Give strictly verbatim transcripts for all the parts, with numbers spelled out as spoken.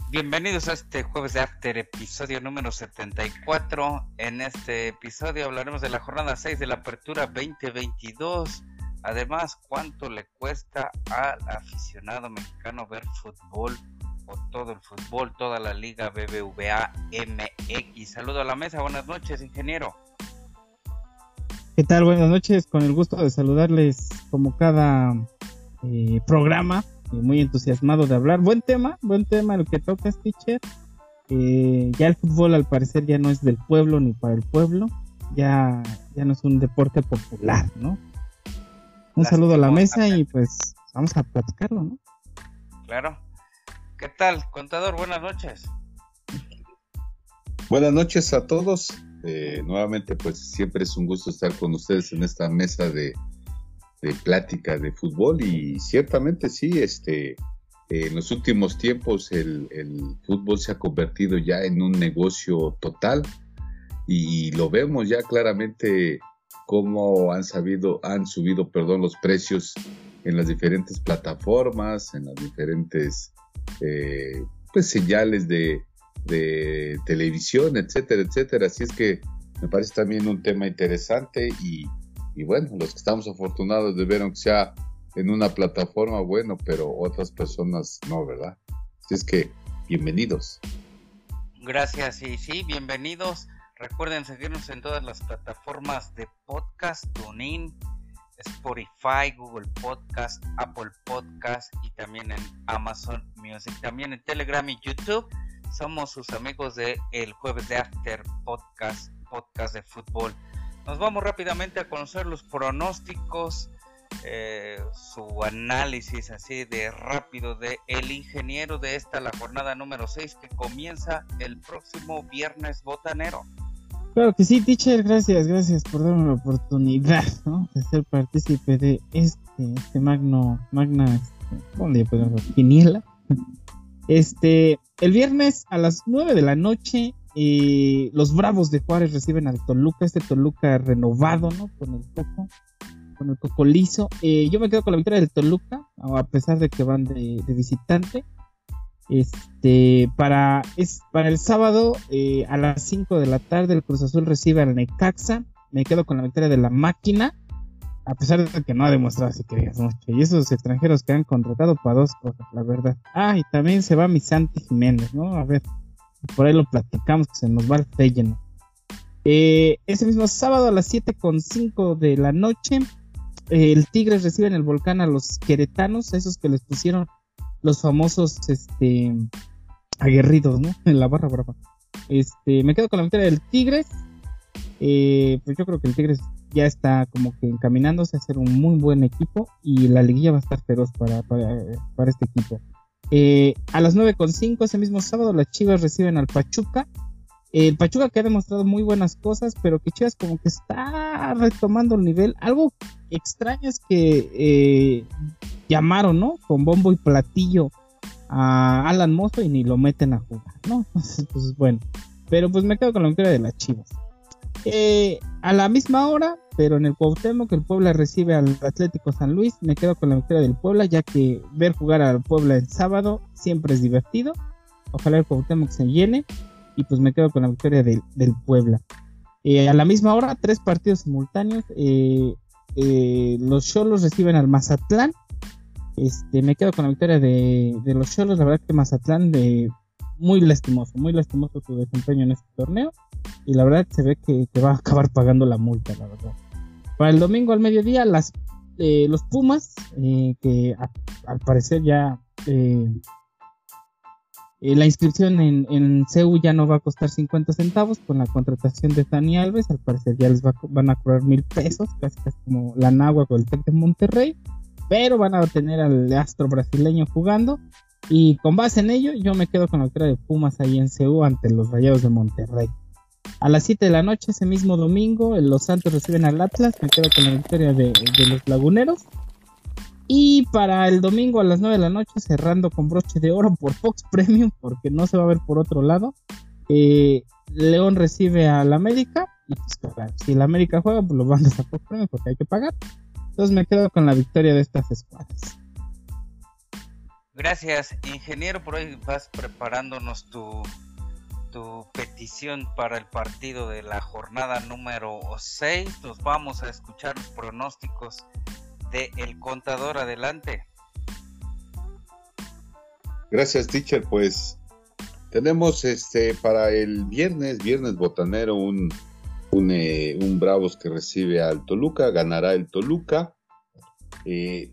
Bienvenidos a este jueves de After, episodio número setenta y cuatro. En este episodio hablaremos de la jornada seis de la Apertura veinte veintidós. Además, cuánto le cuesta al aficionado mexicano ver fútbol o todo el fútbol, toda la liga B B V A M X. Saludo a la mesa, buenas noches, ingeniero. ¿Qué tal? Buenas noches, con el gusto de saludarles como cada eh, programa. Muy entusiasmado de hablar. Buen tema, buen tema el que tocas, teacher. Eh, ya el fútbol al parecer ya no es del pueblo ni para el pueblo. Ya, ya no es un deporte popular, ¿no? Un saludo a la mesa y pues vamos a platicarlo, ¿no? Claro. ¿Qué tal, contador? Buenas noches. Buenas noches a todos. Eh, nuevamente, pues siempre es un gusto estar con ustedes en esta mesa de de plática de fútbol y ciertamente sí, este, eh, en los últimos tiempos el, el fútbol se ha convertido ya en un negocio total y lo vemos ya claramente cómo han sabido, han subido, perdón, los precios en las diferentes plataformas, en las diferentes eh, pues señales de, de televisión, etcétera, etcétera. Así es que me parece también un tema interesante y Y bueno, los que estamos afortunados de ver, aunque sea en una plataforma, bueno, pero otras personas no, ¿verdad? Así es que, bienvenidos. Gracias, y sí, bienvenidos. Recuerden seguirnos en todas las plataformas de podcast, TuneIn, Spotify, Google Podcast, Apple Podcast y también en Amazon Music. También en Telegram y YouTube. Somos sus amigos de El Jueves de After Podcast, podcast de fútbol. Nos vamos rápidamente a conocer los pronósticos, eh, su análisis así de rápido de el ingeniero de esta, la jornada número seis que comienza el próximo viernes botanero. Claro que sí, teacher, gracias, gracias por darme la oportunidad, ¿no?, de ser partícipe de este, este magno, magna, este, ¿cómo le podemos decir? Quiniela. Este, el viernes a las nueve de la noche. Eh, los Bravos de Juárez reciben al Toluca, este Toluca renovado, ¿no? Con el coco, con el coco liso. Eh, yo me quedo con la victoria del Toluca, a pesar de que van de, de visitante. Este, para, es, para el sábado, eh, a las cinco de la tarde, el Cruz Azul recibe al Necaxa. Me quedo con la victoria de la Máquina, a pesar de que no ha demostrado si querías mucho. Y esos extranjeros que han contratado para dos cosas, la verdad. Ah, y también se va mi Santi Jiménez, ¿no? A ver. Por ahí lo platicamos, que se nos va el Feyenoord. Eh, ese mismo sábado a las siete con cinco de la noche, eh, el Tigres recibe en el Volcán a los queretanos, esos que les pusieron los famosos este, aguerridos, ¿no? En la barra brava. Este, me quedo con la victoria del Tigres. Eh, pues yo creo que el Tigres ya está como que encaminándose a ser un muy buen equipo y la liguilla va a estar feroz para, para, para este equipo. Eh, a las nueve con cinco ese mismo sábado las Chivas reciben al Pachuca. El Pachuca que ha demostrado muy buenas cosas, pero que Chivas como que está retomando el nivel. Algo extraño es que eh, llamaron, ¿no?, con bombo y platillo a Alan Mozo y ni lo meten a jugar, ¿no? Entonces, pues bueno, pero pues me quedo con la victoria de las Chivas. Eh, a la misma hora, pero en el Cuauhtémoc, el Puebla recibe al Atlético San Luis. Me quedo con la victoria del Puebla, ya que ver jugar al Puebla el sábado siempre es divertido. Ojalá el Cuauhtémoc se llene y pues me quedo con la victoria del, del Puebla. Eh, a la misma hora, tres partidos simultáneos. Eh, eh, los Xolos reciben al Mazatlán. Este, me quedo con la victoria de, de los Xolos. La verdad que Mazatlán de muy lastimoso, muy lastimoso su desempeño en este torneo. Y la verdad se ve que, que va a acabar pagando la multa, la verdad. Para el domingo al mediodía, las, eh, los Pumas, eh, que a, al parecer ya eh, eh, la inscripción en, en C U ya no va a costar cincuenta centavos con la contratación de Dani Alves. Al parecer ya les va, van a cobrar mil pesos, casi, casi como la Náhuatl o el Tec de Monterrey. Pero van a tener al astro brasileño jugando. Y con base en ello, yo me quedo con la victoria de Pumas ahí en C U ante los Rayados de Monterrey. A las siete de la noche, ese mismo domingo, los Santos reciben al Atlas. Me quedo con la victoria de, de los Laguneros. Y para el domingo a las nueve de la noche, cerrando con broche de oro por Fox Premium, porque no se va a ver por otro lado, eh, León recibe al América. Y pues claro, si el América juega, pues lo mandas a Fox Premium porque hay que pagar. Entonces me quedo con la victoria de estas escuadras. Gracias, ingeniero. Por ahí vas preparándonos tu, tu petición para el partido de la jornada número seis. Nos vamos a escuchar los pronósticos de El Contador. Adelante. Gracias, teacher. Pues tenemos este para el viernes, viernes botanero, un, un, eh, un Bravos que recibe al Toluca. Ganará el Toluca. Eh,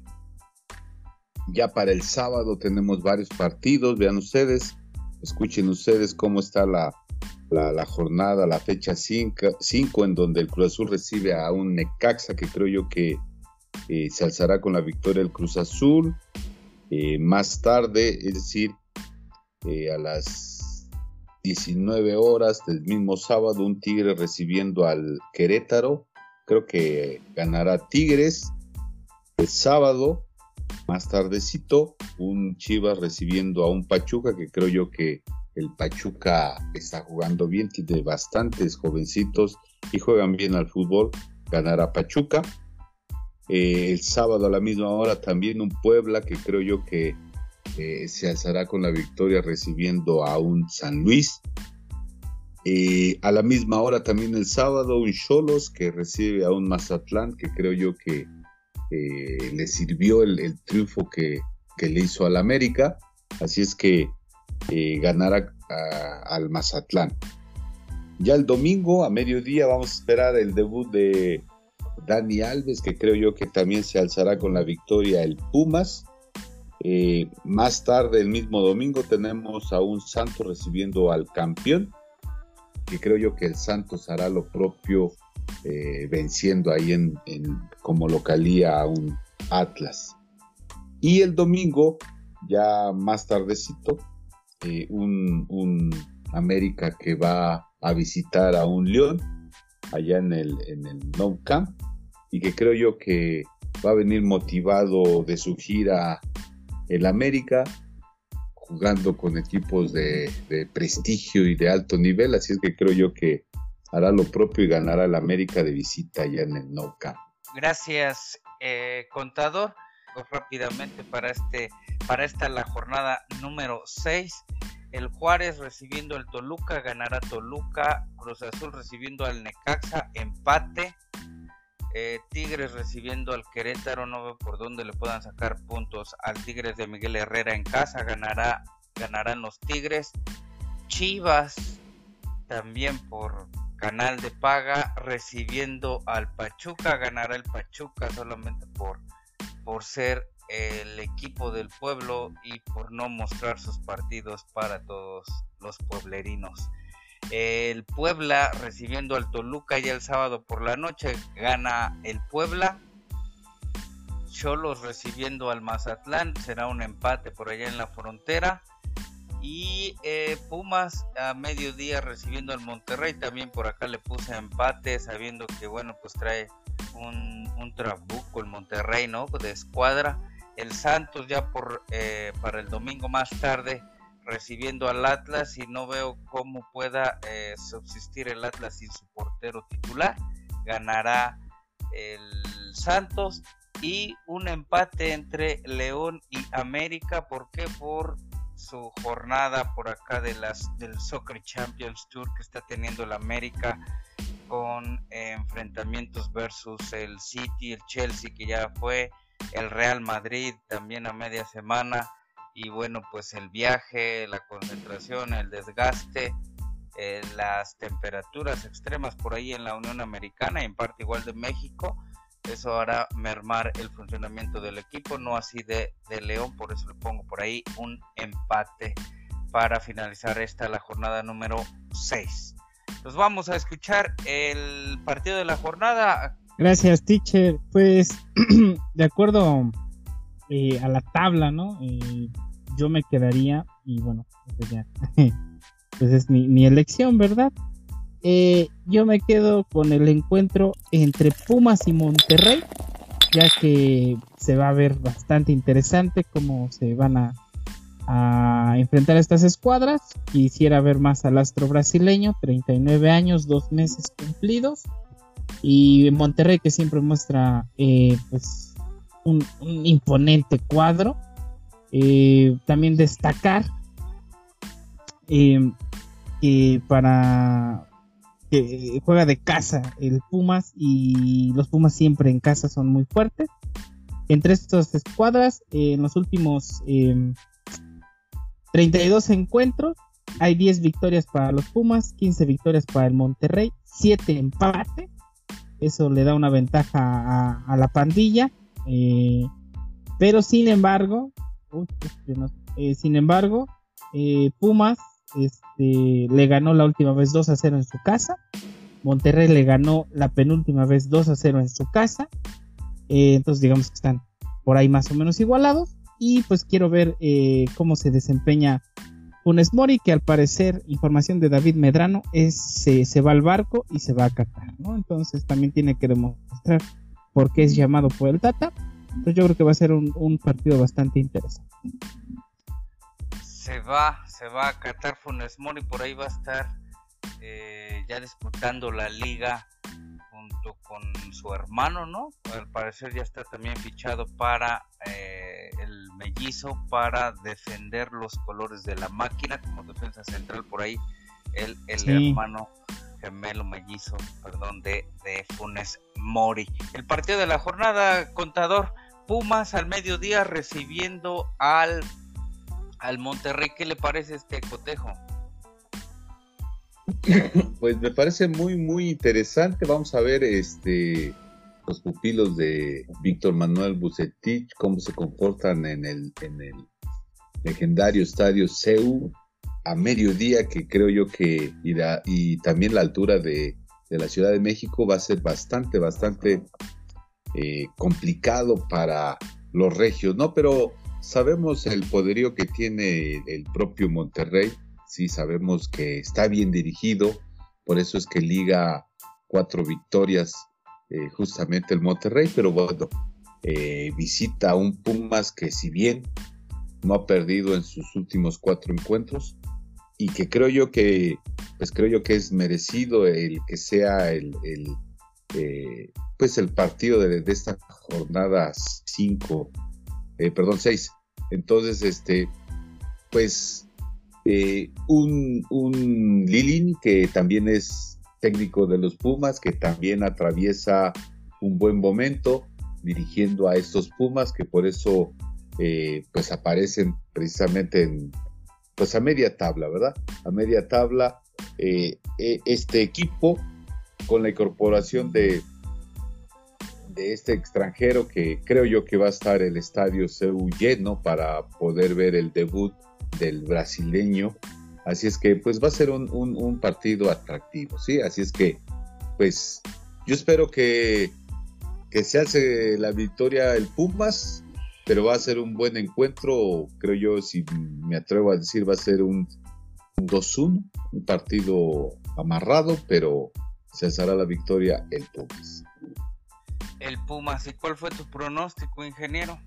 ya para el sábado tenemos varios partidos. Vean ustedes, escuchen ustedes cómo está la, la, la jornada, la fecha cinco, en donde el Cruz Azul recibe a un Necaxa, que creo yo que eh, se alzará con la victoria del Cruz Azul. Eh, más tarde, es decir, eh, a las diecinueve horas del mismo sábado, un Tigre recibiendo al Querétaro. Creo que ganará Tigres. El sábado, más tardecito, un Chivas recibiendo a un Pachuca, que creo yo que el Pachuca está jugando bien, tiene bastantes jovencitos y juegan bien al fútbol. Ganará Pachuca. Eh, el sábado a la misma hora también un Puebla, que creo yo que eh, se alzará con la victoria recibiendo a un San Luis. Eh, a la misma hora también el sábado un Xolos que recibe a un Mazatlán, que creo yo que eh, le sirvió el, el triunfo que, que le hizo al América, así es que eh, ganará a, al Mazatlán. Ya el domingo a mediodía vamos a esperar el debut de Dani Alves, que creo yo que también se alzará con la victoria el Pumas. Eh, más tarde el mismo domingo tenemos a un Santos recibiendo al campeón, que creo yo que el Santos hará lo propio, eh, venciendo ahí en, en como localía a un Atlas. Y el domingo, ya más tardecito, eh, un, un América que va a visitar a un León allá en el, en el Nou Camp, y que creo yo que va a venir motivado de su gira el América, jugando con equipos de, de prestigio y de alto nivel, así es que creo yo que hará lo propio y ganará el América de visita allá en el Nou Camp. Gracias, eh, contador. Rápidamente para este para esta la jornada número seis. El Juárez recibiendo al Toluca, ganará Toluca. Cruz Azul recibiendo al Necaxa, empate. eh, Tigres recibiendo al Querétaro, no veo por dónde le puedan sacar puntos al Tigres de Miguel Herrera en casa, ganará ganarán los Tigres. Chivas también por canal de paga recibiendo al Pachuca, ganará el Pachuca solamente por por ser el equipo del pueblo y por no mostrar sus partidos para todos los pueblerinos. El Puebla recibiendo al Toluca ya el sábado por la noche, gana el Puebla. Xolos recibiendo al Mazatlán, será un empate por allá en la frontera. Y eh, Pumas a mediodía recibiendo al Monterrey, también por acá le puse empate, sabiendo que bueno, pues trae un, un trabuco el Monterrey, ¿no? De escuadra. El Santos ya por eh, para el domingo más tarde recibiendo al Atlas, y no veo cómo pueda eh, subsistir el Atlas sin su portero titular. Ganará el Santos. Y un empate entre León y América. ¿Por qué? Por su jornada por acá de las del Soccer Champions Tour que está teniendo el América, con eh, enfrentamientos versus el City, el Chelsea que ya fue, el Real Madrid también a media semana. Y bueno, pues el viaje, la concentración, el desgaste, eh, las temperaturas extremas por ahí en la Unión Americana y en parte igual de México, eso hará mermar el funcionamiento del equipo, no así de, de León. Por eso le pongo por ahí un empate para finalizar esta la jornada número seis. Nos vamos a escuchar el partido de la jornada. Gracias, teacher. Pues de acuerdo eh, a la tabla, ¿no? Eh, yo me quedaría, y bueno, pues, ya, pues es mi, mi elección, ¿verdad? Eh, yo me quedo con el encuentro entre Pumas y Monterrey, ya que se va a ver bastante interesante cómo se van a, a enfrentar estas escuadras. Quisiera ver más al astro brasileño, treinta y nueve años, dos meses cumplidos, y Monterrey, que siempre muestra eh, pues un, un imponente cuadro. Eh, también destacar eh, que para que juega de casa el Pumas, y los Pumas siempre en casa son muy fuertes. Entre estas escuadras, eh, en los últimos eh, treinta y dos encuentros hay diez victorias para los Pumas, quince victorias para el Monterrey, siete empates. Eso le da una ventaja a, a la pandilla. Eh, pero sin embargo, uy, no, eh, sin embargo, eh, Pumas este, le ganó la última vez dos a cero en su casa. Monterrey le ganó la penúltima vez dos a cero en su casa. Eh, entonces digamos que están por ahí más o menos igualados. Y pues quiero ver eh, cómo se desempeña Funes Mori, que al parecer, información de David Medrano, es se, se va al barco y se va a Qatar, ¿no? Entonces también tiene que demostrar por qué es llamado por el Tata. Entonces yo creo que va a ser un, un partido bastante interesante. Se va, se va a Qatar Funes Mori, por ahí va a estar eh, ya disputando la liga junto con su hermano, ¿no? Al parecer ya está también fichado para eh, el mellizo, para defender los colores de la máquina como defensa central, por ahí el, el sí. hermano gemelo mellizo, perdón, de, de Funes Mori. El partido de la jornada, contador, Pumas al mediodía recibiendo al, al Monterrey. ¿Qué le parece este cotejo? Pues me parece muy muy interesante. Vamos a ver este los pupilos de Víctor Manuel Bucetich, cómo se comportan en el en el legendario estadio C U a mediodía, que creo yo que irá, y también la altura de, de la Ciudad de México va a ser bastante bastante eh, complicado para los regios, ¿no? Pero sabemos el poderío que tiene el propio Monterrey. Sí, sabemos que está bien dirigido, por eso es que liga cuatro victorias eh, justamente el Monterrey, pero bueno, eh, visita a un Pumas que si bien no ha perdido en sus últimos cuatro encuentros, y que creo yo que, pues creo yo que es merecido el que sea el, el eh, pues el partido de, de esta jornada cinco, eh, perdón, seis. Entonces, este, pues Eh, un, un Lilin que también es técnico de los Pumas, que también atraviesa un buen momento dirigiendo a estos Pumas, que por eso eh, pues aparecen precisamente en, pues a media tabla, ¿verdad? A media tabla eh, eh, este equipo con la incorporación de de este extranjero, que creo yo que va a estar el estadio C U lleno para poder ver el debut del brasileño. Así es que pues va a ser un, un, un partido atractivo, ¿sí? Así es que pues yo espero que, que se hace la victoria el Pumas, pero va a ser un buen encuentro. Creo yo, si me atrevo a decir, va a ser un, un dos uno, un partido amarrado, pero se alzará la victoria el Pumas. El Pumas. ¿Y cuál fue tu pronóstico, ingeniero?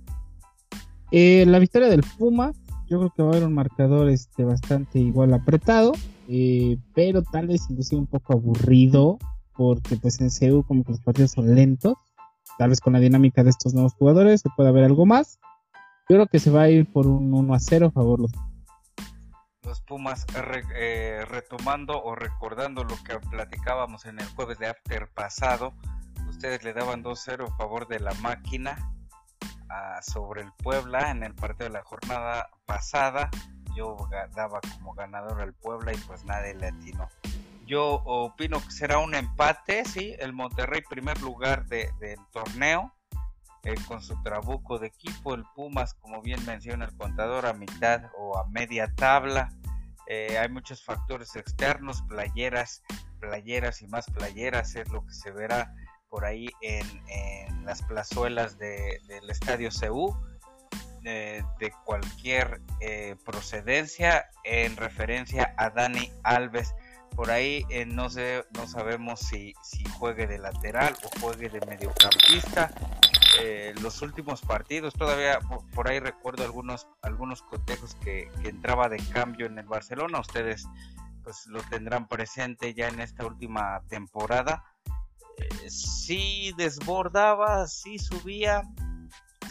Eh, la victoria del Pumas. Yo creo que va a haber un marcador este bastante igual apretado, eh, pero tal vez inclusive un poco aburrido, porque pues en C U como que los partidos son lentos. Tal vez con la dinámica de estos nuevos jugadores se pueda ver algo más. Yo creo que se va a ir por un uno a cero a favor los los Pumas, re, eh, retomando o recordando lo que platicábamos en el jueves de After pasado. Ustedes le daban dos cero a favor de la máquina uh, sobre el Puebla en el partido de la jornada pasada. Yo daba como ganador al Puebla y pues nadie le atinó. Yo opino que será un empate, sí, el Monterrey primer lugar de, del torneo, eh, con su trabuco de equipo, el Pumas, como bien menciona el contador, a mitad o a media tabla. Eh, hay muchos factores externos, playeras, playeras y más playeras, es lo que se verá por ahí en, en las plazuelas de, del Estadio C U, eh, de cualquier eh, procedencia, en referencia a Dani Alves. Por ahí eh, no sé, no sabemos si, si juegue de lateral o juegue de mediocampista. Eh, los últimos partidos todavía por, por ahí recuerdo algunos algunos cotejos que, que entraba de cambio en el Barcelona. Ustedes pues lo tendrán presente ya en esta última temporada. Eh, sí desbordaba, sí subía,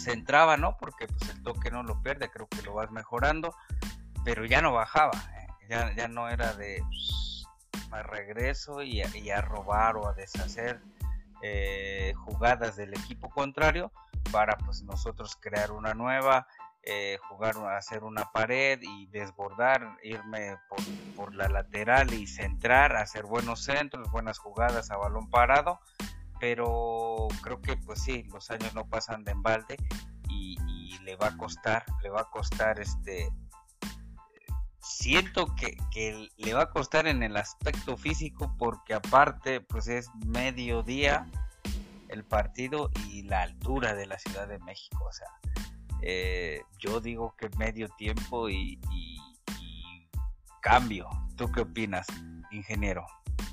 centraba, ¿no? Porque pues el toque no lo pierde, creo que lo vas mejorando, pero ya no bajaba, ¿eh? ya, ya no era de pues, me regreso y a, y a robar o a deshacer eh, jugadas del equipo contrario para pues nosotros crear una nueva, eh, jugar, hacer una pared y desbordar, irme por, por la lateral y centrar, hacer buenos centros, buenas jugadas a balón parado. Pero creo que pues sí, los años no pasan de embalde y, y le va a costar, le va a costar este, siento que, que le va a costar en el aspecto físico porque aparte pues es mediodía el partido y la altura de la Ciudad de México, o sea, eh, yo digo que medio tiempo y, y, y cambio. ¿Tú qué opinas, ingeniero?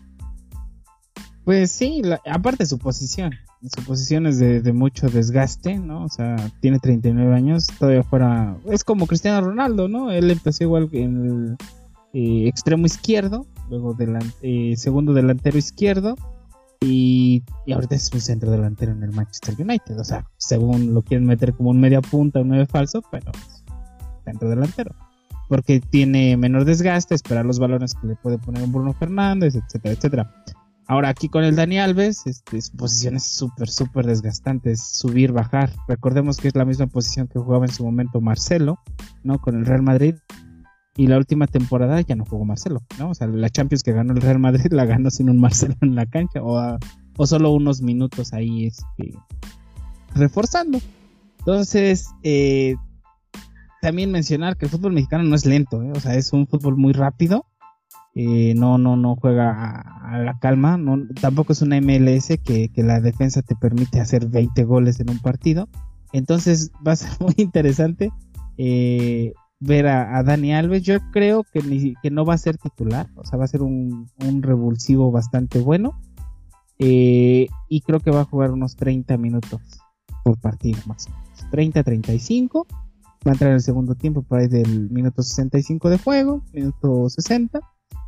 Pues sí, la, aparte su posición, su posición es de, de mucho desgaste, ¿no? O sea, tiene treinta y nueve años, todavía fuera, es como Cristiano Ronaldo, ¿no? Él empezó igual en el eh, extremo izquierdo, luego delan, eh, segundo delantero izquierdo y, y ahorita es un centro delantero en el Manchester United, o sea, según lo quieren meter como un media punta, un nueve falso, pero es centro delantero, porque tiene menor desgaste, esperar los balones que le puede poner un Bruno Fernández, etcétera, etcétera. Ahora aquí con el Dani Alves, este, su posición es súper, súper desgastante, es subir, bajar. Recordemos que es la misma posición que jugaba en su momento Marcelo, ¿no? Con el Real Madrid. Y la última temporada ya no jugó Marcelo, ¿no? O sea, la Champions que ganó el Real Madrid la ganó sin un Marcelo en la cancha o, a, o solo unos minutos ahí este, reforzando. Entonces, eh, también mencionar que el fútbol mexicano no es lento, ¿eh? O sea, es un fútbol muy rápido. Eh, no, no, no juega a, a la calma, no, tampoco es una M L S que, que la defensa te permite hacer veinte goles en un partido. Entonces va a ser muy interesante eh, ver a, a Dani Alves. Yo creo que, ni, que no va a ser titular, o sea, va a ser un, un revulsivo bastante bueno eh, y creo que va a jugar unos treinta minutos por partido más o menos, treinta a treinta y cinco. Va a entrar en el segundo tiempo por ahí del minuto sesenta y cinco de juego, minuto sesenta.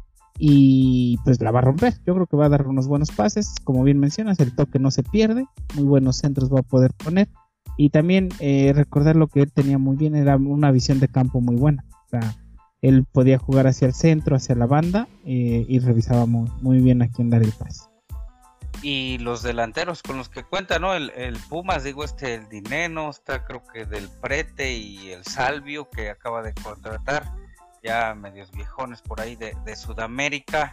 Y pues la va a romper. Yo creo que va a dar unos buenos pases, como bien mencionas, el toque no se pierde, muy buenos centros va a poder poner. Y también eh, recordar lo que él tenía muy bien, era una visión de campo muy buena. O sea, él podía jugar hacia el centro, hacia la banda eh, y revisaba muy, muy bien a quién dar el pase. Y los delanteros con los que cuenta, ¿no? El, el Pumas, digo, este, el Dineno, está creo que del Prete y el Salvio que acaba de contratar, ya medios viejones por ahí de, de Sudamérica.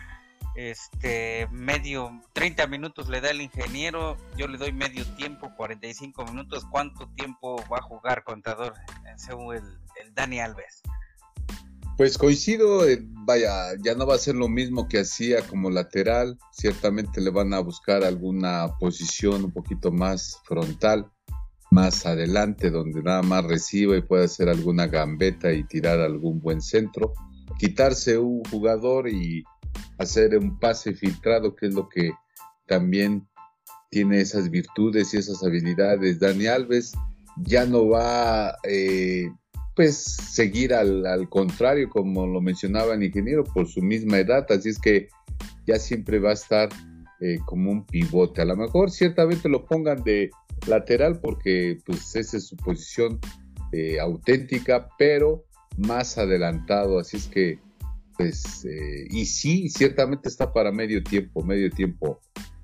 Este, medio, treinta minutos le da el ingeniero, yo le doy medio tiempo, cuarenta y cinco minutos. ¿Cuánto tiempo va a jugar, contador, según el, el Dani Alves? Pues coincido, eh, vaya, ya no va a ser lo mismo que hacía como lateral, ciertamente le van a buscar alguna posición un poquito más frontal, más adelante, donde nada más reciba y pueda hacer alguna gambeta y tirar algún buen centro, quitarse un jugador y hacer un pase filtrado, que es lo que también tiene esas virtudes y esas habilidades. Dani Alves ya no va eh, pues seguir al, al contrario, como lo mencionaba el ingeniero, por su misma edad, así es que ya siempre va a estar eh, como un pivote. A lo mejor ciertamente lo pongan de lateral porque pues esa es su posición eh, auténtica, pero más adelantado, así es que pues eh, y sí, ciertamente está para medio tiempo, medio tiempo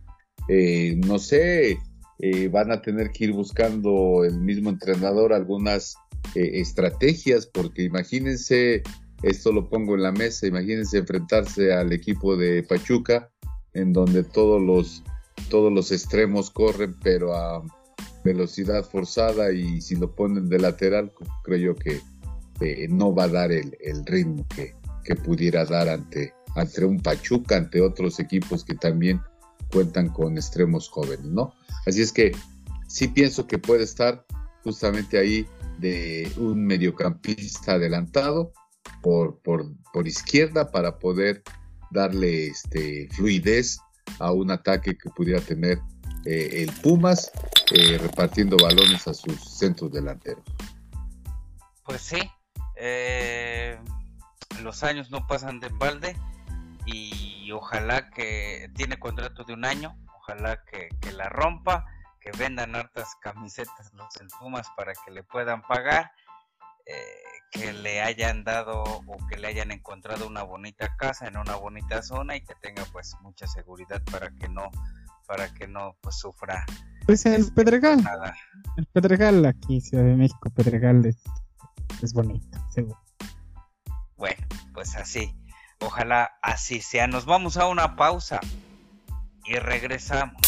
eh, no sé, eh, van a tener que ir buscando el mismo entrenador algunas eh, estrategias, porque imagínense, esto lo pongo en la mesa, imagínense enfrentarse al equipo de Pachuca, en donde todos los todos los extremos corren, pero a velocidad forzada, y si lo ponen de lateral, creo yo que eh, no va a dar el, el ritmo que, que pudiera dar ante, ante un Pachuca, ante otros equipos que también cuentan con extremos jóvenes, ¿no? Así es que sí pienso que puede estar justamente ahí de un mediocampista adelantado por, por, por izquierda para poder darle este, fluidez a un ataque que pudiera tener eh, el Pumas, eh, repartiendo balones a sus centros delanteros. Pues sí, eh, los años no pasan de embalde y ojalá que tiene contrato de un año, ojalá que, que la rompa, que vendan hartas camisetas los del Pumas para que le puedan pagar, eh, que le hayan dado o que le hayan encontrado una bonita casa en una bonita zona y que tenga pues mucha seguridad para que no para que no pues sufra. Pues el este, Pedregal, pues, nada. el Pedregal aquí, Ciudad de México, Pedregal es, es bonito, seguro. Bueno, pues así, ojalá así sea. Nos vamos a una pausa y regresamos.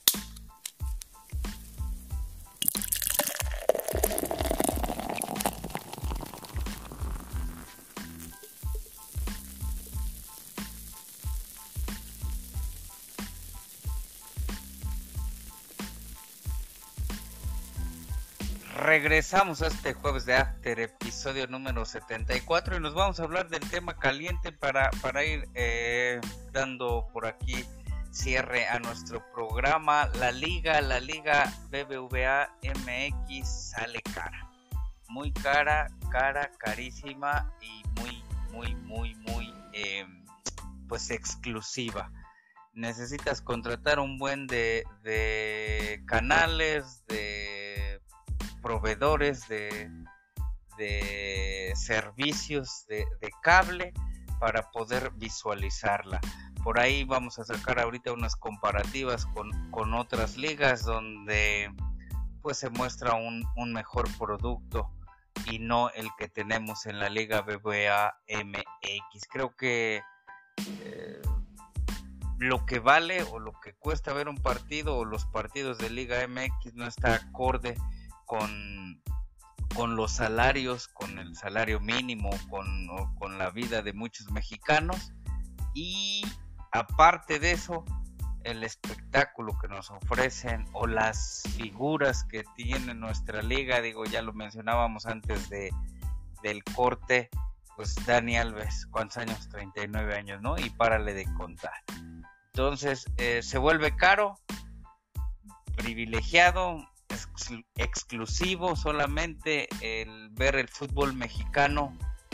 Regresamos a este jueves de After, episodio número setenta y cuatro, y nos vamos a hablar del tema caliente para, para ir eh, dando por aquí cierre a nuestro programa. La liga, la liga B B V A M X sale cara, muy cara, cara, carísima y muy, muy, muy, muy, eh, pues exclusiva. Necesitas contratar un buen de, de canales, de proveedores de, de servicios de, de cable para poder visualizarla. Por ahí vamos a sacar ahorita unas comparativas con, con otras ligas donde pues se muestra un, un mejor producto y no el que tenemos en la liga B B V A M X. Creo que eh, lo que vale o lo que cuesta ver un partido o los partidos de Liga M X no está acorde con, con los salarios, con el salario mínimo, con, o con la vida de muchos mexicanos, y aparte de eso, el espectáculo que nos ofrecen o las figuras que tiene nuestra liga, digo, ya lo mencionábamos antes de del corte, pues Dani Alves, ¿cuántos años? treinta y nueve años, ¿no? Y párale de contar. Entonces, eh, se vuelve caro, privilegiado, ex- exclusivo solamente el ver el fútbol mexicano.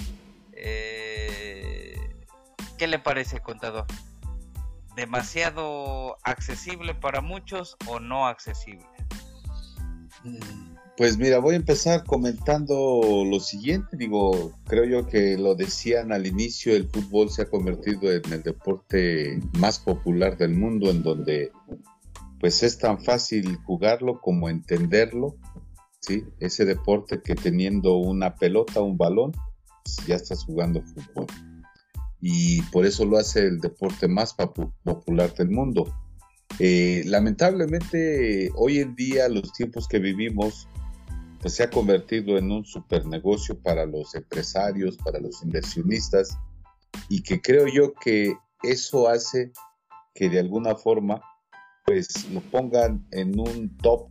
Eh, ¿Qué le parece, contador? ¿Demasiado accesible para muchos o no accesible? Pues mira, voy a empezar comentando lo siguiente. Digo, creo yo que lo decían al inicio, el fútbol se ha convertido en el deporte más popular del mundo, en donde pues es tan fácil jugarlo como entenderlo, ¿sí? Ese deporte que teniendo una pelota, un balón, pues ya estás jugando fútbol. Y por eso lo hace el deporte más papu- popular del mundo. Eh, lamentablemente, hoy en día, los tiempos que vivimos, pues se ha convertido en un super negocio para los empresarios, para los inversionistas, y que creo yo que eso hace que de alguna forma pues lo pongan en un top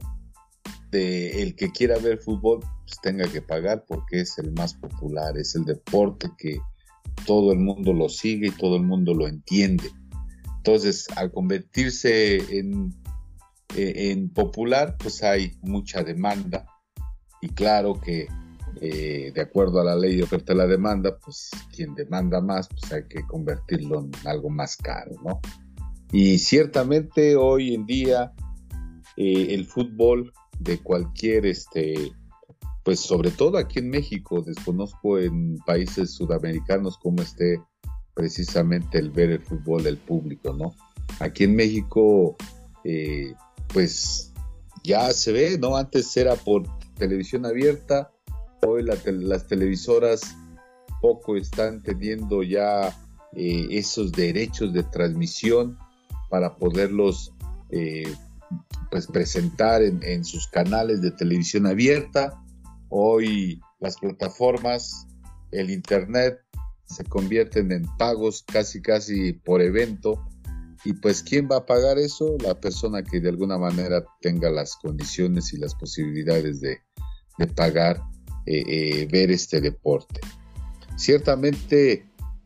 de el que quiera ver fútbol, pues tenga que pagar porque es el más popular, es el deporte que todo el mundo lo sigue y todo el mundo lo entiende. Entonces, al convertirse en, en popular, pues hay mucha demanda, y claro que eh, de acuerdo a la ley de oferta y la demanda, pues quien demanda más, pues hay que convertirlo en algo más caro, ¿no? Y ciertamente hoy en día eh, el fútbol de cualquier, este, pues sobre todo aquí en México, desconozco en países sudamericanos cómo esté precisamente el ver el fútbol del público, ¿no? Aquí en México, eh, pues ya se ve, ¿no? Antes era por televisión abierta, hoy la te- las televisoras poco están teniendo ya eh, esos derechos de transmisión para poderlos eh, pues presentar en, en sus canales de televisión abierta. Hoy las plataformas, el internet se convierten en pagos casi casi por evento, y pues ¿quién va a pagar eso? La persona que de alguna manera tenga las condiciones y las posibilidades de, de pagar eh, eh, ver este deporte. Ciertamente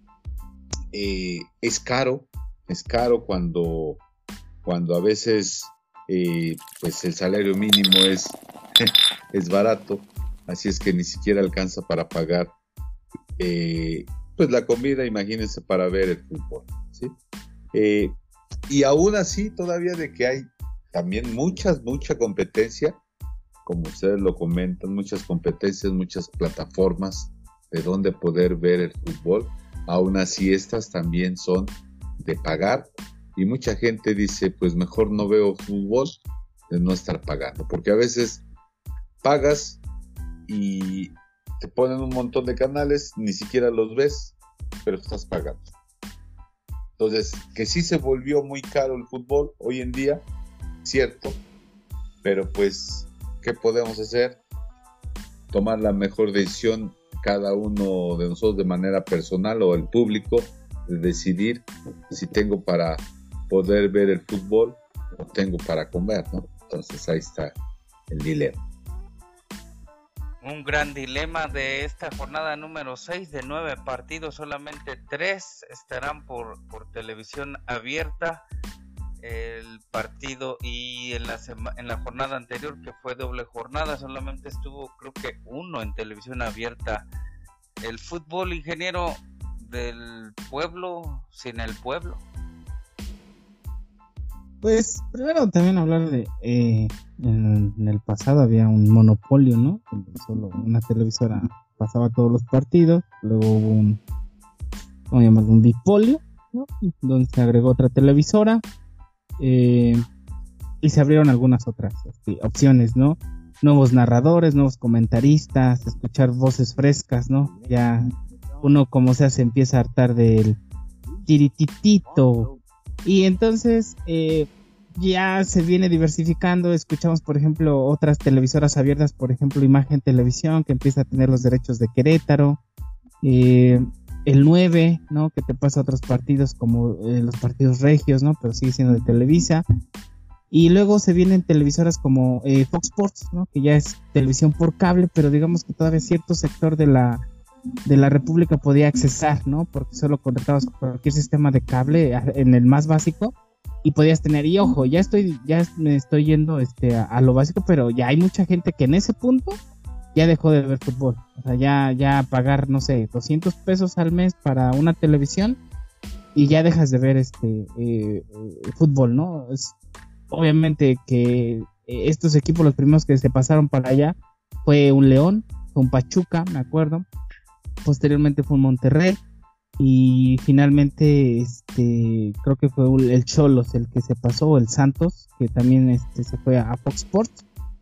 eh, es caro, es caro cuando, cuando a veces eh, pues el salario mínimo es, es barato, así es que ni siquiera alcanza para pagar eh, pues la comida, imagínense, para ver el fútbol, ¿sí? Eh, y aún así, todavía de que hay también muchas, mucha competencia, como ustedes lo comentan, muchas competencias, muchas plataformas de donde poder ver el fútbol. Aún así, estas también son de pagar, y mucha gente dice, pues mejor no veo fútbol de no estar pagando, porque a veces pagas y te ponen un montón de canales, ni siquiera los ves, pero estás pagando. Entonces, que sí se volvió muy caro el fútbol hoy en día, cierto, pero pues, ¿qué podemos hacer? Tomar la mejor decisión cada uno de nosotros de manera personal, o el público, de decidir si tengo para poder ver el fútbol o tengo para comer, ¿no? Entonces ahí está el dilema. Un gran dilema de esta jornada número seis. De nueve partidos, solamente tres estarán por, por televisión abierta. El partido, y en la sema, en la jornada anterior, que fue doble jornada, solamente estuvo creo que uno en televisión abierta. El fútbol, ingeniero, del pueblo sin el pueblo. Pues primero también hablar de eh, en, en el pasado había un monopolio, ¿no? Donde solo una televisora pasaba todos los partidos. Luego hubo un, ¿cómo llamarlo? Un bipolio, ¿no? Donde se agregó otra televisora, eh, y se abrieron algunas otras este, opciones, ¿no? Nuevos narradores, nuevos comentaristas, escuchar voces frescas, ¿no? Ya uno, como sea, se empieza a hartar del tirititito. Y entonces eh, ya se viene diversificando. Escuchamos, por ejemplo, otras televisoras abiertas, por ejemplo, Imagen Televisión, que empieza a tener los derechos de Querétaro, eh, el nueve, ¿no? Que te pasa a otros partidos como eh, los partidos regios, ¿no? Pero sigue siendo de Televisa. Y luego se vienen televisoras como eh, Fox Sports, ¿no? Que ya es televisión por cable, pero digamos que todavía cierto sector de la de la República podía accesar, ¿no? Porque solo contratabas cualquier sistema de cable en el más básico y podías tener. Y ojo, ya estoy ya me estoy yendo este a, a lo básico, pero ya hay mucha gente que en ese punto ya dejó de ver fútbol. O sea, ya ya pagar, no sé, doscientos pesos al mes para una televisión y ya dejas de ver este eh, eh, fútbol, ¿no? Es, obviamente que estos equipos, los primeros que se pasaron para allá, fue un León, fue un Pachuca, me acuerdo. Posteriormente fue un Monterrey, y finalmente este creo que fue el Xolos el que se pasó, el Santos, que también este se fue a Fox Sports,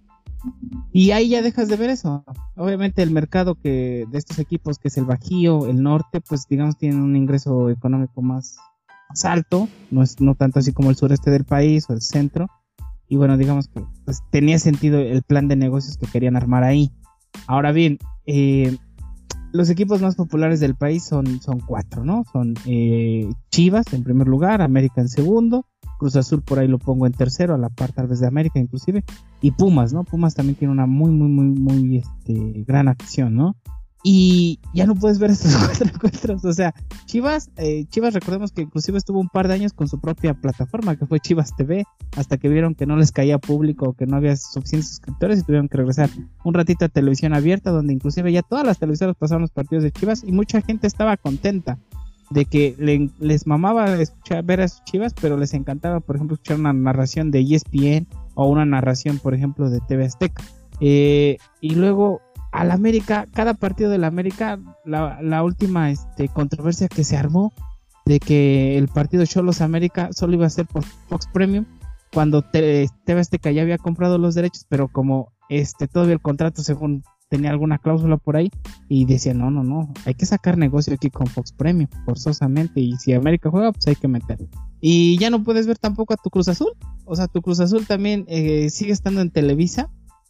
y ahí ya dejas de ver eso. Obviamente el mercado que de estos equipos, que es el Bajío, el norte, pues digamos tienen un ingreso económico más, más alto, no es no tanto así como el sureste del país o el centro, y bueno, digamos que pues tenía sentido el plan de negocios que querían armar ahí. Ahora bien, eh los equipos más populares del país son, son cuatro, ¿no? Son eh, Chivas en primer lugar, América en segundo, Cruz Azul por ahí lo pongo en tercero, a la par tal vez de América inclusive, y Pumas, ¿no? Pumas también tiene una muy, muy, muy, muy este, gran afición, ¿no? Y ya no puedes ver estos cuatro encuentros. O sea, Chivas, eh, Chivas recordemos que inclusive estuvo un par de años con su propia plataforma, que fue Chivas T V, hasta que vieron que no les caía público, que no había suficientes suscriptores, y tuvieron que regresar un ratito a televisión abierta, donde inclusive ya todas las televisoras pasaron los partidos de Chivas, y mucha gente estaba contenta de que le, les mamaba escuchar, ver a sus Chivas, pero les encantaba, por ejemplo, escuchar una narración de E S P N o una narración, por ejemplo, de T V Azteca. Eh, y luego al América, cada partido del América, la, la última este, controversia que se armó de que el partido Xolos América solo iba a ser por Fox Premium, cuando T V Azteca ya había comprado los derechos, pero como este todavía el contrato según tenía alguna cláusula por ahí, y decía no, no, no, hay que sacar negocio aquí con Fox Premium, forzosamente, y si América juega, pues hay que meterlo. Y ya no puedes ver tampoco a tu Cruz Azul, o sea, tu Cruz Azul también eh, sigue estando en Televisa,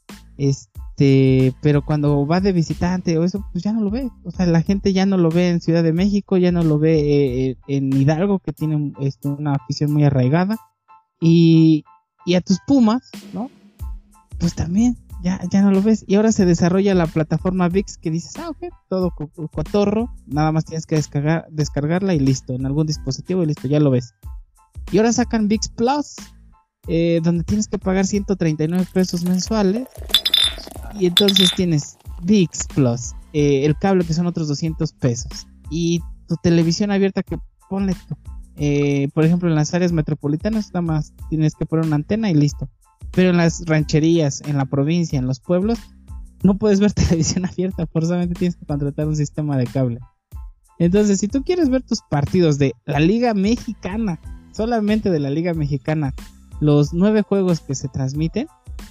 este, pero cuando va de visitante o eso, pues ya no lo ve. O sea, la gente ya no lo ve en Ciudad de México, ya no lo ve eh, en Hidalgo, que tiene este, una afición muy arraigada, y, y a tus Pumas, ¿no? Pues también ya, ya no lo ves. Y ahora se desarrolla la plataforma V I X, que dices, ah, ok, todo cotorro, nada más tienes que descargar, descargarla y listo, en algún dispositivo y listo, ya lo ves. Y ahora sacan V I X Plus, eh, donde tienes que pagar ciento treinta y nueve pesos mensuales, y entonces tienes V I X Plus, eh, el cable que son otros doscientos pesos, y tu televisión abierta que ponle tú, eh, por ejemplo, en las áreas metropolitanas nada más tienes que poner una antena y listo. Pero en las rancherías, en la provincia, en los pueblos, no puedes ver televisión abierta, forzosamente tienes que contratar un sistema de cable. Entonces, si tú quieres ver tus partidos de la Liga Mexicana, solamente de la Liga Mexicana, los nueve juegos que se transmiten,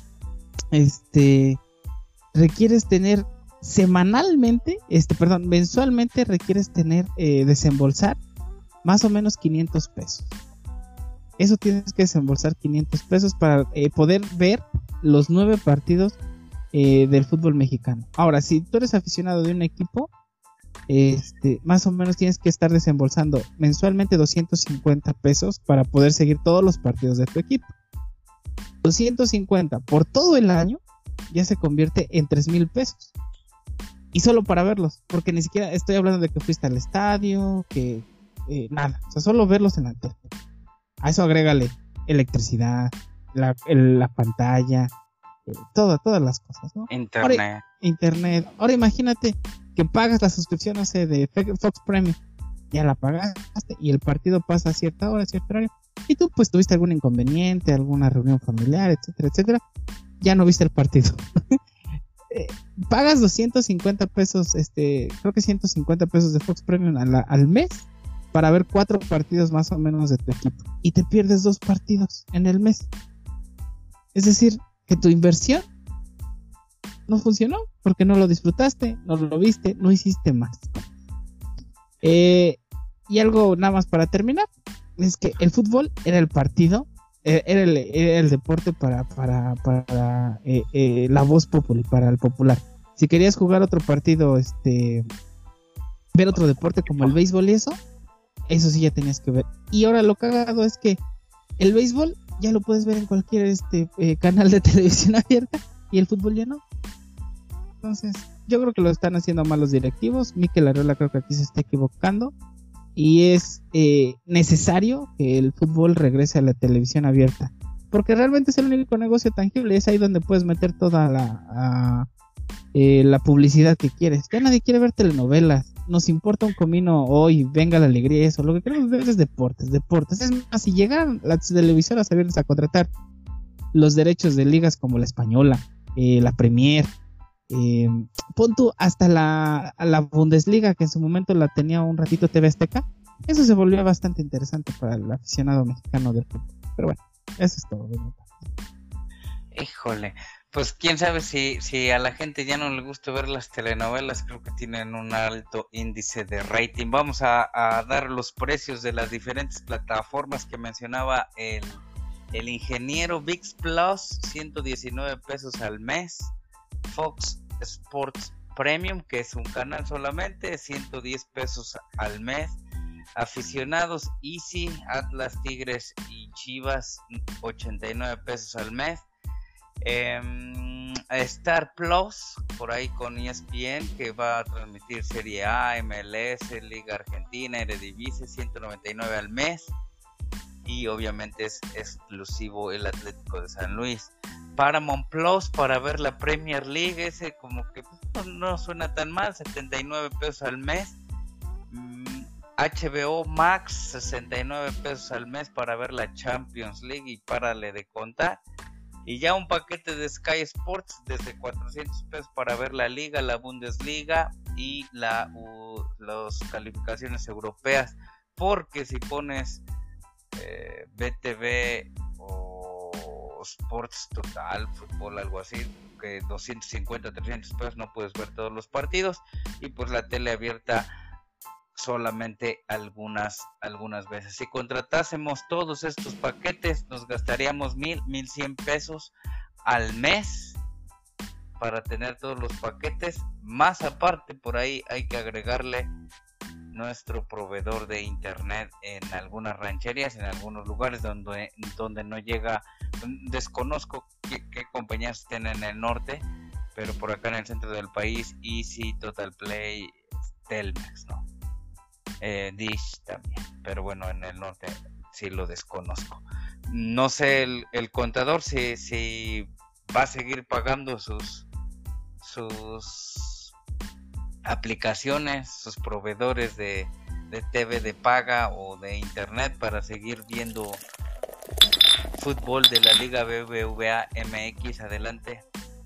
este, requieres tener semanalmente, este, perdón, mensualmente requieres tener, eh, desembolsar más o menos quinientos pesos. Eso tienes que desembolsar quinientos pesos para eh, poder ver los nueve partidos eh, del fútbol mexicano. Ahora, si tú eres aficionado de un equipo, este, más o menos tienes que estar desembolsando mensualmente doscientos cincuenta pesos para poder seguir todos los partidos de tu equipo. doscientos cincuenta por todo el año ya se convierte en tres mil pesos. Y solo para verlos, porque ni siquiera estoy hablando de que fuiste al estadio, que eh, nada, o sea, solo verlos en la tele. A eso agrégale electricidad, la, el, la pantalla, eh, todo, todas las cosas, ¿no? Internet. Ahora, internet. Ahora imagínate que pagas la suscripción, no sé, de Fox Premium. Ya la pagaste y el partido pasa a cierta hora, a cierto horario. Y tú pues tuviste algún inconveniente, alguna reunión familiar, etcétera, etcétera. Ya no viste el partido. eh, pagas doscientos cincuenta pesos, este, creo que ciento cincuenta pesos de Fox Premium a la, al mes para ver cuatro partidos más o menos de tu equipo. Y te pierdes dos partidos en el mes. Es decir, que tu inversión no funcionó porque no lo disfrutaste, no lo viste, no hiciste más. Eh, y algo nada más para terminar, es que el fútbol era el partido, eh, era, el, era el deporte para, para, para eh, eh, la voz popular, para el popular. Si querías jugar otro partido, este, ver otro deporte como el béisbol y eso, eso sí ya tenías que ver. Y ahora lo cagado es que el béisbol ya lo puedes ver en cualquier este eh, canal de televisión abierta y el fútbol ya no. Entonces, yo creo que lo están haciendo mal los directivos. Mikel Arriola creo que aquí se está equivocando. Y es eh, necesario que el fútbol regrese a la televisión abierta. Porque realmente es el único negocio tangible. Es ahí donde puedes meter toda la, a, eh, la publicidad que quieres. Ya nadie quiere ver telenovelas. Nos importa un comino hoy, venga la alegría, eso. Lo que queremos ver es deportes, deportes. Es más, si llegan las televisoras abiertas a contratar los derechos de ligas como la Española, eh, la Premier, eh, pon tú hasta la, la Bundesliga, que en su momento la tenía un ratito T V Azteca, eso se volvió bastante interesante para el aficionado mexicano del fútbol. Pero bueno, eso es todo. Híjole, pues quién sabe si, si a la gente ya no le gusta ver las telenovelas. Creo que tienen un alto índice de rating. Vamos a, a dar los precios de las diferentes plataformas que mencionaba el, el ingeniero. ViX Plus, ciento diecinueve pesos al mes. Fox Sports Premium, que es un canal solamente, ciento diez pesos al mes. Aficionados Easy, Atlas, Tigres y Chivas, ochenta y nueve pesos al mes. Eh, Star Plus, por ahí con E S P N, que va a transmitir Serie A, M L S, Liga Argentina, Eredivisie, ciento noventa y nueve al mes. Y obviamente es exclusivo el Atlético de San Luis. Paramount Plus para ver la Premier League, ese como que pues, no suena tan mal, setenta y nueve pesos al mes. mm, H B O Max, sesenta y nueve pesos al mes para ver la Champions League y párale de contar. Y ya un paquete de Sky Sports desde cuatrocientos pesos para ver la Liga, la Bundesliga y la uh, las calificaciones europeas. Porque si pones eh, B T V o Sports Total, fútbol, algo así, que doscientos cincuenta, trescientos pesos no puedes ver todos los partidos. Y pues la tele abierta solamente algunas algunas veces. Si contratásemos todos estos paquetes, nos gastaríamos mil, mil cien pesos al mes para tener todos los paquetes. Más aparte, por ahí hay que agregarle nuestro proveedor de internet en algunas rancherías, en algunos lugares donde, donde no llega. Desconozco qué, qué compañías estén en el norte, pero por acá en el centro del país, Easy, Total Play, Telmex, ¿no? Eh, Dish también, pero bueno, en el norte sí lo desconozco. No sé el, el contador si, si va a seguir pagando sus sus aplicaciones, sus proveedores de, de T V de paga o de internet para seguir viendo fútbol de la Liga B B V A M X? Adelante.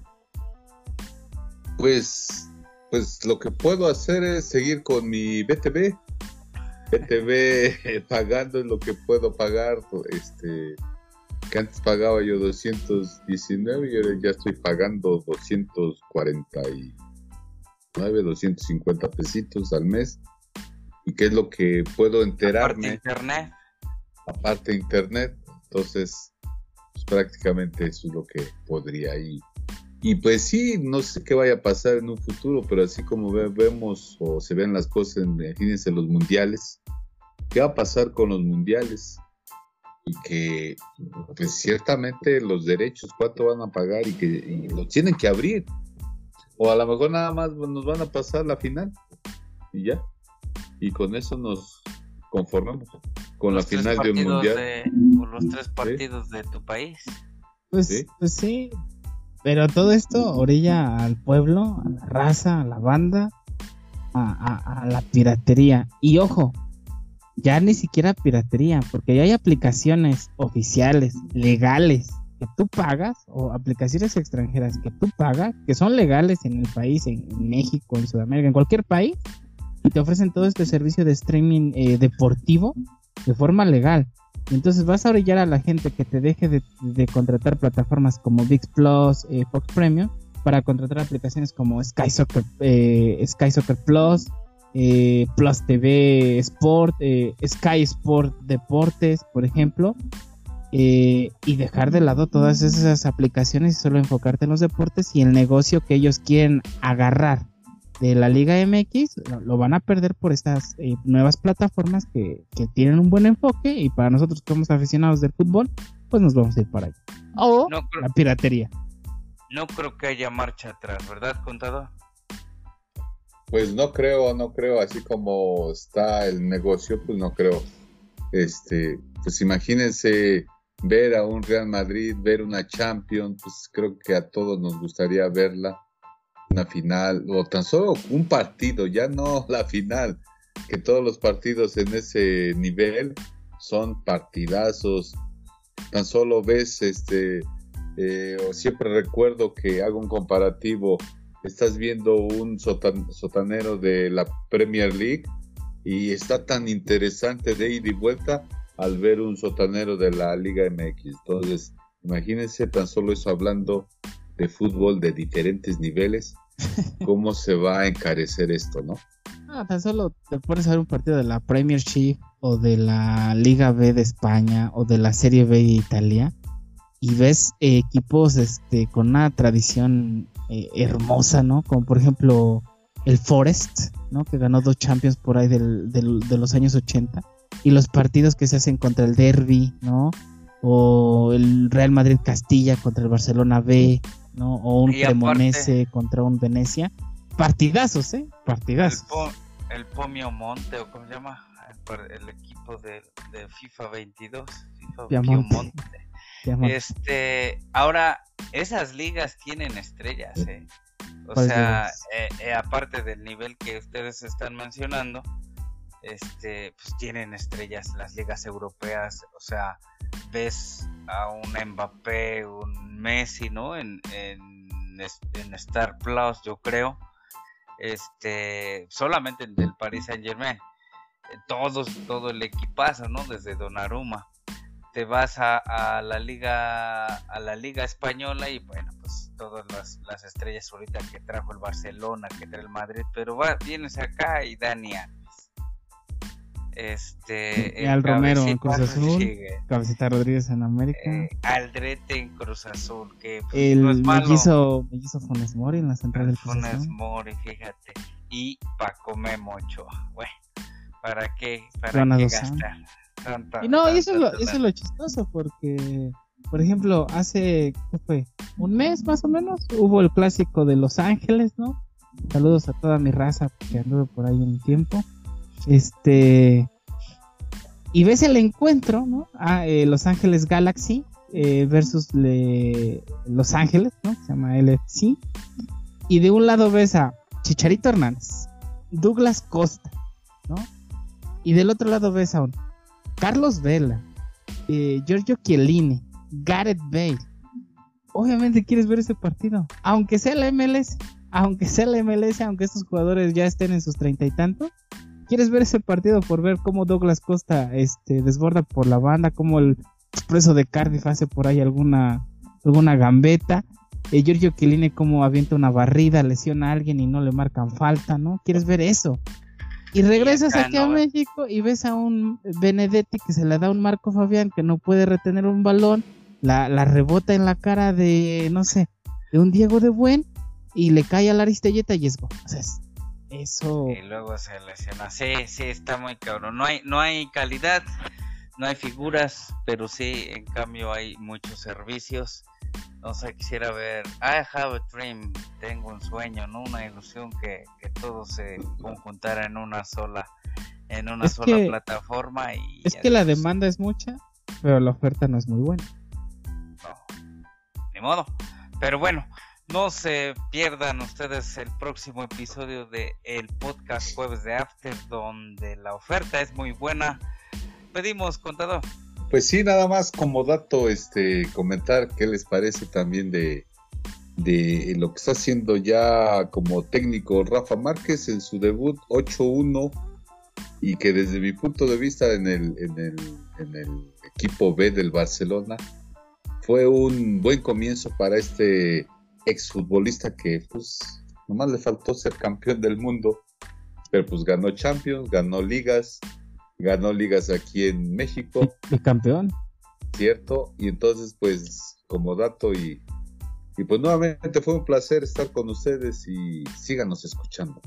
Pues, pues lo que puedo hacer es seguir con mi B T V. B T V pagando lo que puedo pagar, este, que antes pagaba yo doscientos diecinueve y ahora ya estoy pagando doscientos cuarenta y nueve, doscientos cincuenta pesitos al mes. ¿Y qué es lo que puedo enterarme? Aparte internet. Aparte internet. Entonces, pues prácticamente eso es lo que podría ir. Y pues sí, no sé qué vaya a pasar en un futuro, pero así como ve, vemos o se ven las cosas, imagínense los mundiales. ¿Qué va a pasar con los mundiales? Y que, pues ciertamente los derechos, ¿cuánto van a pagar? Y que y los tienen que abrir. O a lo mejor nada más nos van a pasar la final. Y ya. Y con eso nos conformamos. Con los la final de un mundial. De, o los tres partidos ¿sí? de tu país. Pues sí. pues sí. Pero todo esto orilla al pueblo, a la raza, a la banda, a, a, a la piratería. Y ojo, ya ni siquiera piratería, porque ya hay aplicaciones oficiales, legales, que tú pagas, o aplicaciones extranjeras que tú pagas, que son legales en el país, en, en México, en Sudamérica, en cualquier país, y te ofrecen todo este servicio de streaming eh, deportivo de forma legal. Y entonces vas a orillar a la gente que te deje de, de contratar plataformas como ViX Plus, eh, Fox Premium, para contratar aplicaciones como Sky Soccer, eh, Sky Soccer Plus, eh, Plus T V Sport, eh, Sky Sport Deportes, por ejemplo, eh, y dejar de lado todas esas aplicaciones y solo enfocarte en los deportes y el negocio que ellos quieren agarrar de la Liga M X lo, lo van a perder por estas eh, nuevas plataformas que, que tienen un buen enfoque, y para nosotros que somos aficionados del fútbol, pues nos vamos a ir para allá. O no creo, la piratería. No creo que haya marcha atrás, ¿verdad, contador? Pues no creo, no creo, así como está el negocio, pues no creo. Este, pues imagínense ver a un Real Madrid, ver una Champions, pues creo que a todos nos gustaría verla. Una final o tan solo un partido, ya no la final, que todos los partidos en ese nivel son partidazos. Tan solo ves, este, eh, o siempre recuerdo que hago un comparativo, estás viendo un sotan, sotanero de la Premier League y está tan interesante de ida y vuelta al ver un sotanero de la Liga M X. Entonces, imagínense tan solo eso hablando de fútbol de diferentes niveles, cómo se va a encarecer esto, ¿no? Ah, tan solo te pones a ver un partido de la Premiership o de la Liga B de España o de la Serie B de Italia y ves eh, equipos este con una tradición eh, hermosa, ¿no? Como por ejemplo el Forest, ¿no? Que ganó dos Champions por ahí del, del, de los años ochenta, y los partidos que se hacen contra el Derby, ¿no? O el Real Madrid Castilla contra el Barcelona B, ¿no? O un Cremonese contra un Venecia. Partidazos, ¿eh? Partidazos. El, po, el Pomio Monte, o cómo se llama, el, el equipo de, de FIFA veintidós, FIFA Piemonte. Piemonte. Este, ahora, esas ligas tienen estrellas, ¿eh? O sea, eh, eh, aparte del nivel que ustedes están mencionando, este, pues tienen estrellas las ligas europeas. O sea, ves a un Mbappé, un Messi, ¿no? En, en, en Star Plus, yo creo. Este, solamente en el Paris Saint Germain. Todos, todo el equipazo, ¿no? Desde Donnarumma. Te vas a, a la liga, a la liga española y bueno, pues todas las, las estrellas ahorita que trajo el Barcelona, que trae el Madrid, pero va, vienes acá y Dani Alves. Este, y al Romero en Cruz Azul, sigue. Cabecita Rodríguez en América, eh, Aldrete en Cruz Azul, que pues, el no es malo. mellizo, mellizo Funes Mori en la central del Cruz Azul. Funes Mori, fíjate, y Paco Memo Ochoa. Bueno, ¿para qué, para qué gastar? Tanta, y no, tanta, y eso, es lo, eso es lo chistoso, porque por ejemplo, hace ¿qué fue? un mes más o menos, hubo el clásico de Los Ángeles, ¿no? Saludos a toda mi raza que anduve por ahí un tiempo. Este, y ves el encuentro, ¿no? A eh, Los Ángeles Galaxy eh, versus le, Los Ángeles, ¿no? Se llama L F C. Y de un lado ves a Chicharito Hernández, Douglas Costa, ¿no? Y del otro lado ves a un Carlos Vela, eh, Giorgio Chiellini, Gareth Bale. Obviamente quieres ver ese partido, aunque sea la M L S, aunque sea la M L S, aunque estos jugadores ya estén en sus treinta y tantos. Quieres ver ese partido por ver cómo Douglas Costa este, desborda por la banda, cómo el expreso de Cardiff hace por ahí alguna, alguna gambeta. Eh, Giorgio Chiellini cómo avienta una barrida, lesiona a alguien y no le marcan falta, ¿no? Quieres ver eso. Y regresas y aquí no, a México y ves a un Benedetti que se le da a un Marco Fabián que no puede retener un balón, la, la rebota en la cara de, no sé, de un Diego de Buen y le cae a la Aristelleta y es gol. O sea, es, eso... Y luego se lesiona. Sí, sí, está muy cabrón. No hay, no hay calidad, no hay figuras, pero sí, en cambio hay muchos servicios. No sé, quisiera ver I have a dream, tengo un sueño, ¿no? Una ilusión que, que todo se conjuntara en una sola en una es sola que, plataforma y es que la demanda es mucha, pero la oferta no es muy buena. No, ni modo. Pero bueno, no se pierdan ustedes el próximo episodio de el podcast Jueves de After, donde la oferta es muy buena. Pedimos, contador. Pues sí, nada más como dato, este, comentar qué les parece también de, de lo que está haciendo ya como técnico Rafa Márquez en su debut ocho uno, y que desde mi punto de vista en el, en el, en el equipo B del Barcelona fue un buen comienzo para este exfutbolista que pues nomás le faltó ser campeón del mundo, pero pues ganó Champions, ganó ligas, ganó ligas aquí en México. El campeón. Cierto, y entonces pues como dato y, y pues nuevamente fue un placer estar con ustedes y síganos escuchando.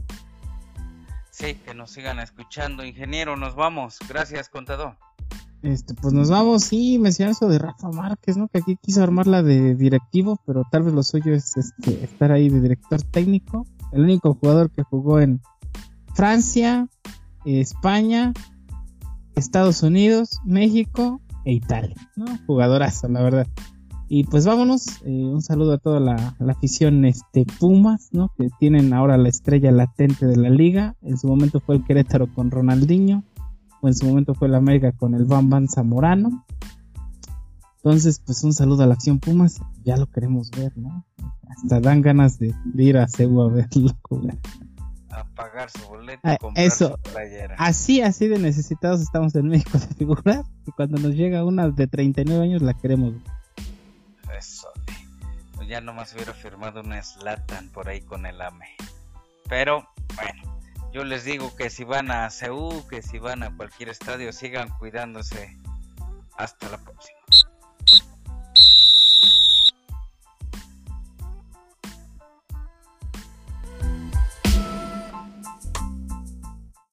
Sí, que nos sigan escuchando, ingeniero, nos vamos. Gracias, contador. Este, pues nos vamos, sí, mencioné eso de Rafa Márquez, ¿no? Que aquí quiso armarla de directivo, pero tal vez lo suyo es este, estar ahí de director técnico. El único jugador que jugó en Francia, España, Estados Unidos, México e Italia, ¿no? Jugadorazo, la verdad. Y pues vámonos, eh, un saludo a toda la, la afición este Pumas, ¿no? Que tienen ahora la estrella latente de la liga. En su momento fue el Querétaro con Ronaldinho, o en su momento fue el América con el Bam Bam Zamorano. Entonces, pues un saludo a la acción Pumas, ya lo queremos ver, ¿no? Hasta dan ganas de, de ir a Cebu a verlo jugar. A pagar su boleto, ah, comprar eso, su playera. Así, así de necesitados estamos en México de figuras, y cuando nos llega una de treinta y nueve años la queremos ver. Eso, pues ya nomás hubiera firmado una Zlatan por ahí con el A M E. Pero, bueno, yo les digo que si van a Ceú, que si van a cualquier estadio, sigan cuidándose. Hasta la próxima.